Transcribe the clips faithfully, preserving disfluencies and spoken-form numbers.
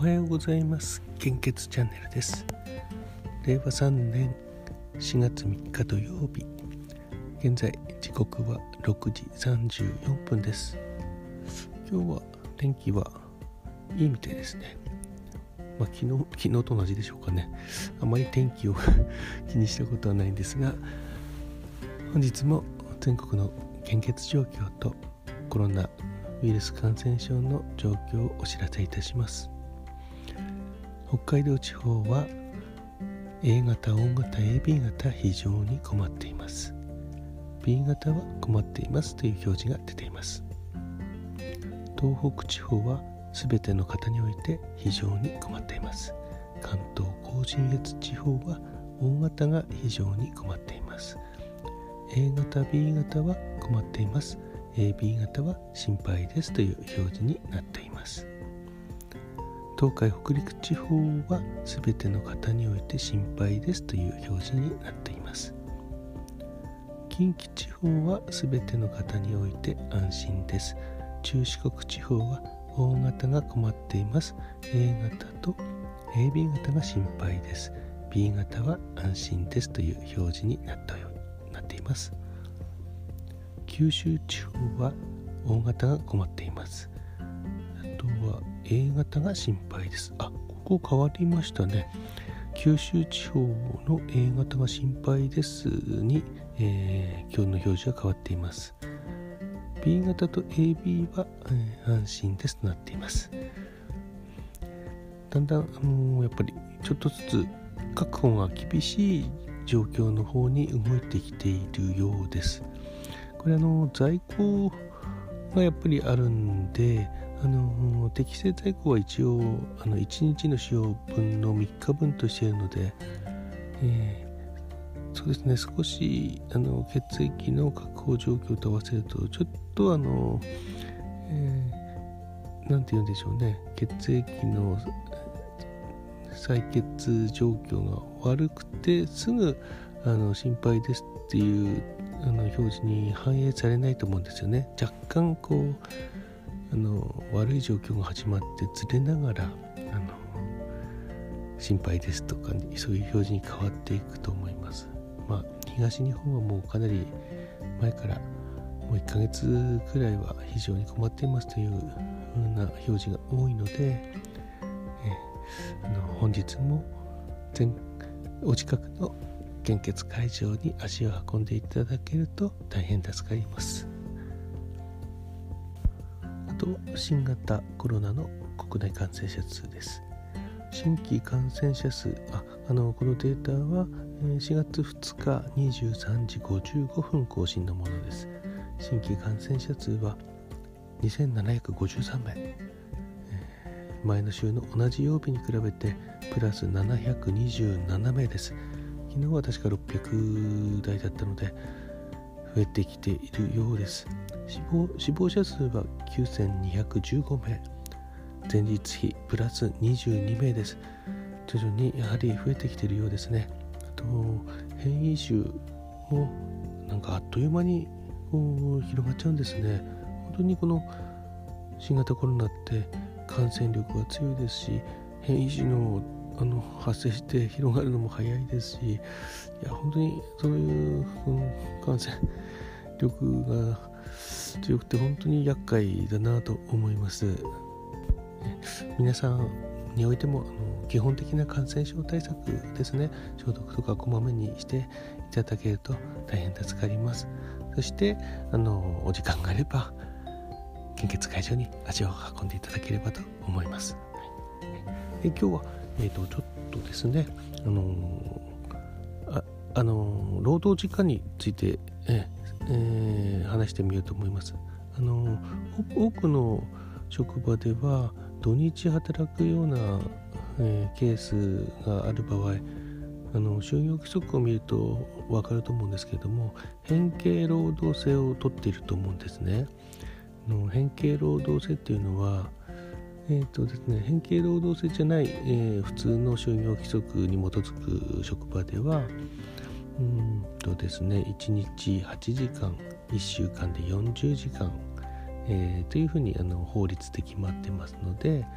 おはようございます。献血チャンネルです。れいわさんねんしがつみっか土曜日、現在時刻はろくじさんじゅうよんぷんです。今日は天気はいいみたいですね。まあ、昨日昨日と同じでしょうかね。あまり天気を気にしたことはないんですが、本日も全国の献血状況とコロナウイルス感染症の状況をお知らせいたします。北海道地方は A 型、O 型、エービー 型非常に困っています。 B 型は困っていますという表示が出ています。東北地方はすべての方において非常に困っています。関東甲信越地方は O 型が非常に困っています。 A 型、B 型は困っています。 エービー 型は心配ですという表示になっています。東海北陸地方はすべての方において心配ですという表示になっています。近畿地方はすべての方において安心です。中四国地方は O 型が困っています。 A 型と エービー 型が心配です。 B 型は安心ですという表示になったようになっています。九州地方は O 型が困っています。あとは A 型が心配です。あ、ここ変わりましたね。九州地方の A 型が心配ですに、えー、今日の表示が変わっています。B 型と エービー は、えー、安心ですとなっています。だんだん、あのー、やっぱりちょっとずつ確保が厳しい状況の方に動いてきているようです。これあの在庫がやっぱりあるんで、あの適正在庫は一応あのいちにちの使用分のみっかぶんとしているので、えー、そうですね、少しあの血液の確保状況と合わせるとちょっとあの、えー、なんて言うんでしょうね、血液の採血状況が悪くてすぐあの心配ですっていうあの表示に反映されないと思うんですよね。若干こうあの悪い状況が始まってずれながらあの心配ですとかそういう表示に変わっていくと思います。まあ東日本はもうかなり前からもういっかげつくらいは非常に困っていますという風な表示が多いので、えあの本日も全お近くの献血会場に足を運んでいただけると大変助かります。あと新型コロナの国内感染者数です。新規感染者数、あ、あのこのデータはしがつふつかにじゅうさんじごじゅうごふん更新のものです。新規感染者数はにせんななひゃくごじゅうさんめい、前の週の同じ曜日に比べてプラスななひゃくにじゅうななめいです。昨日は確かろっぴゃくだいだったので増えてきているようです。死亡、死亡者数はきゅうせんにひゃくじゅうごめい、前日比プラスにじゅうにめいです。徐々にやはり増えてきているようですね。あと変異種もなんかあっという間にこう広がっちゃうんですね。本当にこの新型コロナって感染力が強いですし、変異種のあの発生して広がるのも早いですし、いや本当にそういう、うん、感染力が強くて本当に厄介だなと思います。皆さんにおいてもあの基本的な感染症対策ですね、消毒とかこまめにしていただけると大変助かります。そしてあのお時間があれば献血会場に足を運んでいただければと思います。で今日はえー、とちょっとですね、あのーああのー労働時間について、ええー、話してみようと思います。あのー、多くの職場では土日働くような、えー、ケースがある場合、あの就業規則を見ると分かると思うんですけれども、変形労働制を取っていると思うんですね。あの変形労働制っていうのはえーとですね、変形労働制じゃない、えー、普通の就業規則に基づく職場ではうんとですね、いちにちはちじかん、いっしゅうかんでよんじゅうじかん、えー、というふうにあの法律で決まってますので、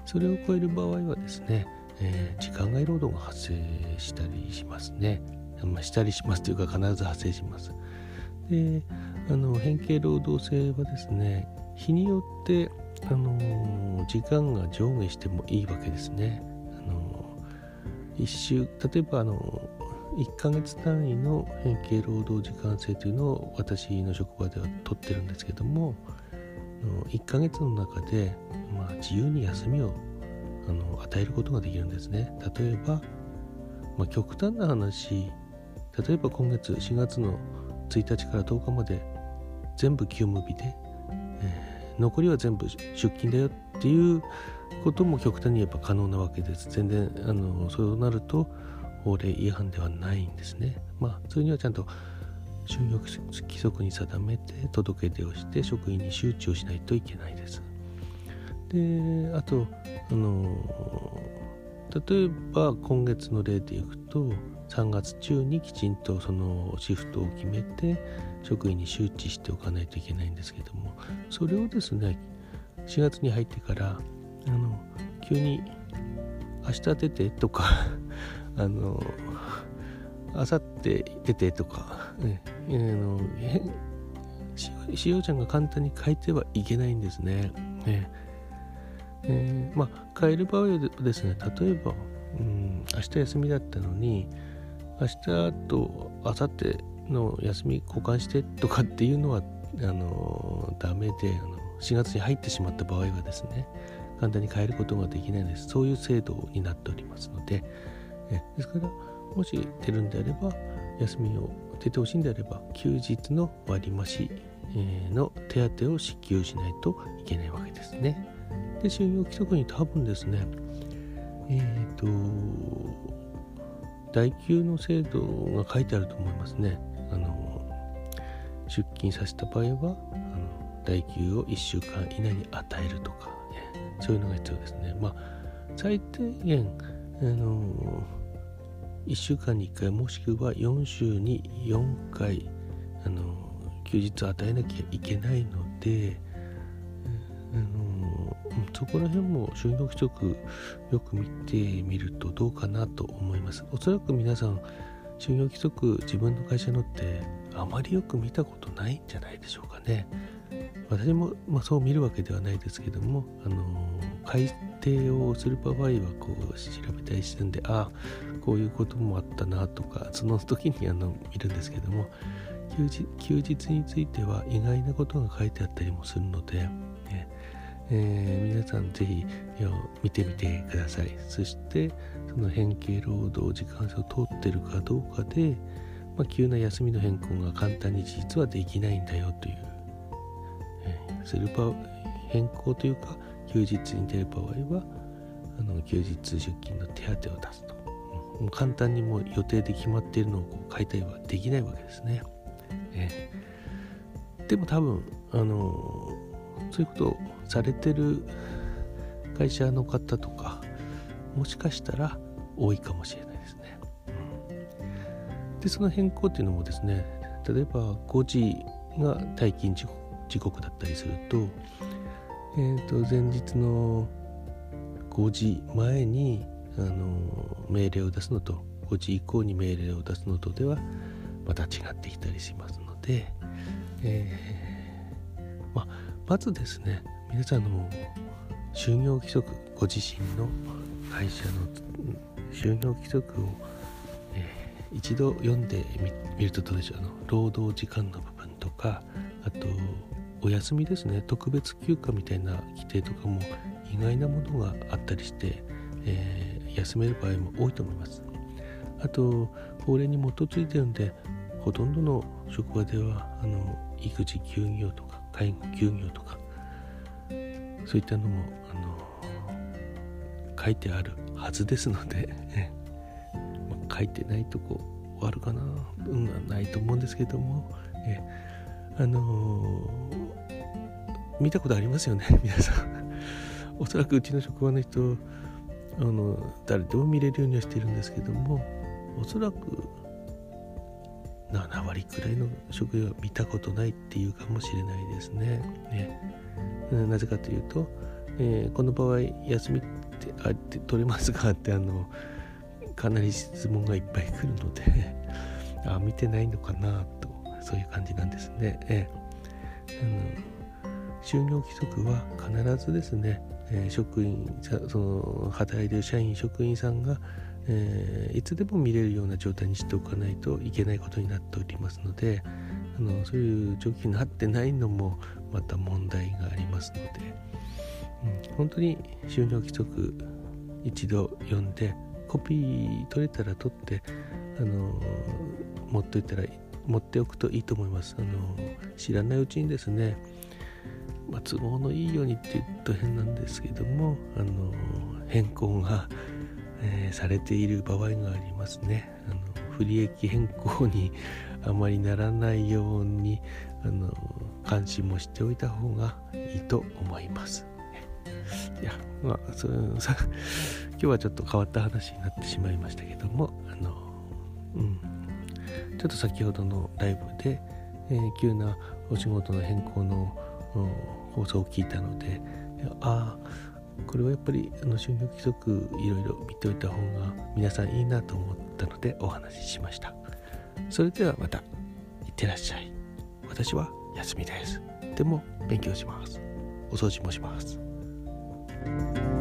それを超える場合はですね、えー、時間外労働が発生したりしますね。まあ、したりしますというか必ず発生します。で、あの変形労働制はですね、日によって、あのー、時間が上下してもいいわけですね。あのー、一週例えばあのいっかげつ単位の変形労働時間制というのを私の職場では取ってるんですけども、いっかげつの中で、まあ、自由に休みをあの与えることができるんですね。例えば、まあ、極端な話、例えば今月しがつのついたちからとおかまで全部休務日で、えー、残りは全部出勤だよっていうことも極端に言えば可能なわけです。全然あのそうなると法令違反ではないんですね。まあそれにはちゃんと就業規則に定めて届け出をして職員に周知をしないといけないです。で、あとあの例えば今月の例でいくとさんがつ中にきちんとそのシフトを決めて職員に周知しておかないといけないんですけども、それをですねしがつに入ってからあの急に明日出てとかあのあさって出てとか、ね、あの使用者が簡単に変えてはいけないんですね。ねえー、まあ変える場合はですね、例えば、うん、明日休みだったのに明日と明後日の休み交換してとかっていうのはあのダメで、あのしがつに入ってしまった場合はですね簡単に変えることができないです。そういう制度になっておりますので、えですからもし出るんであれば休みを出てほしいんであれば休日の割増の手当を支給しないといけないわけですね。で、就業規則に多分ですねえっ、ー、と代給の制度が書いてあると思いますね。あの出勤させた場合はあの代給をいっしゅうかん以内に与えるとか、ね、そういうのが必要ですね。まあ最低限あのいっしゅうかんにいっかいもしくはよん週によんかいあの休日を与えなきゃいけないので、あのそこら辺も就業規則よく見てみるとどうかなと思います。おそらく皆さん就業規則自分の会社のってあまりよく見たことないんじゃないでしょうかね。私も、まあ、そう見るわけではないですけども、あの改定をする場合はこう調べたりしてるんで、ああこういうこともあったなとかその時にあの見るんですけども、休日、休日については意外なことが書いてあったりもするので、ねえー、皆さんぜひ見てみてください。そしてその変形労働時間差を通ってるかどうかで、まあ、急な休みの変更が簡単に実はできないんだよという、えー、する場変更というか休日に出る場合はあの休日出勤の手当を出すと、うん、もう簡単にもう予定で決まっているのをこう変えたりはできないわけですね。えー、でも多分あのー、そういうことをされてる会社の方とかもしかしたら多いかもしれないですね。うん、でその変更っていうのもですね、例えばごじが退勤時刻、時刻だったりすると、えー、と前日のごじまえにあの命令を出すのとごじ以降に命令を出すのとではまた違ってきたりしますので、えーまあ、まずですね皆さんの就業規則、ご自身の会社の就業規則を、えー、一度読んでみ、みるとどうでしょう。あの労働時間の部分とか、あとお休みですね、特別休暇みたいな規定とかも意外なものがあったりして、えー、休める場合も多いと思います。あと法令に基づいているのでほとんどの職場ではあの育児休業とか介護休業とかそういったのもあの書いてあるはずですので、まあ、書いてないとこあるかな、うん、ないと思うんですけども、えあのー、見たことありますよね皆さんおそらくうちの職場の人あの誰でも見れるようにはしているんですけども、おそらくななわりくらいの職業は見たことないっていうかもしれないですね。ね、なぜかというとえー、この場合休みってあって取れますかってあのかなり質問がいっぱい来るのであ見てないのかなと、そういう感じなんですね。えー、あの就業規則は必ずですね、えー、職員その働いている社員職員さんが、えー、いつでも見れるような状態にしておかないといけないことになっておりますので、あのそういう状況になってないのもまた問題がありますので、うん、本当に就業規則一度読んでコピー取れたら取ってあの持っておいたら持っておくといいと思います。あの知らないうちにですね、まあ、都合のいいようにって言うと変なんですけども、あの変更が、えー、されている場合がありますね。あの不利益変更にあまりならないようにあの監視もしておいた方がいいと思います。いや、まあ、そうさ今日はちょっと変わった話になってしまいましたけども、あの、うん、ちょっと先ほどのライブで、えー、急なお仕事の変更の放送を聞いたので、ああこれはやっぱりあの就業規則いろいろ見ておいた方が皆さんいいなと思ったのでお話ししました。それではまたいってらっしゃい。私は休みです。でも勉強します。お掃除もします。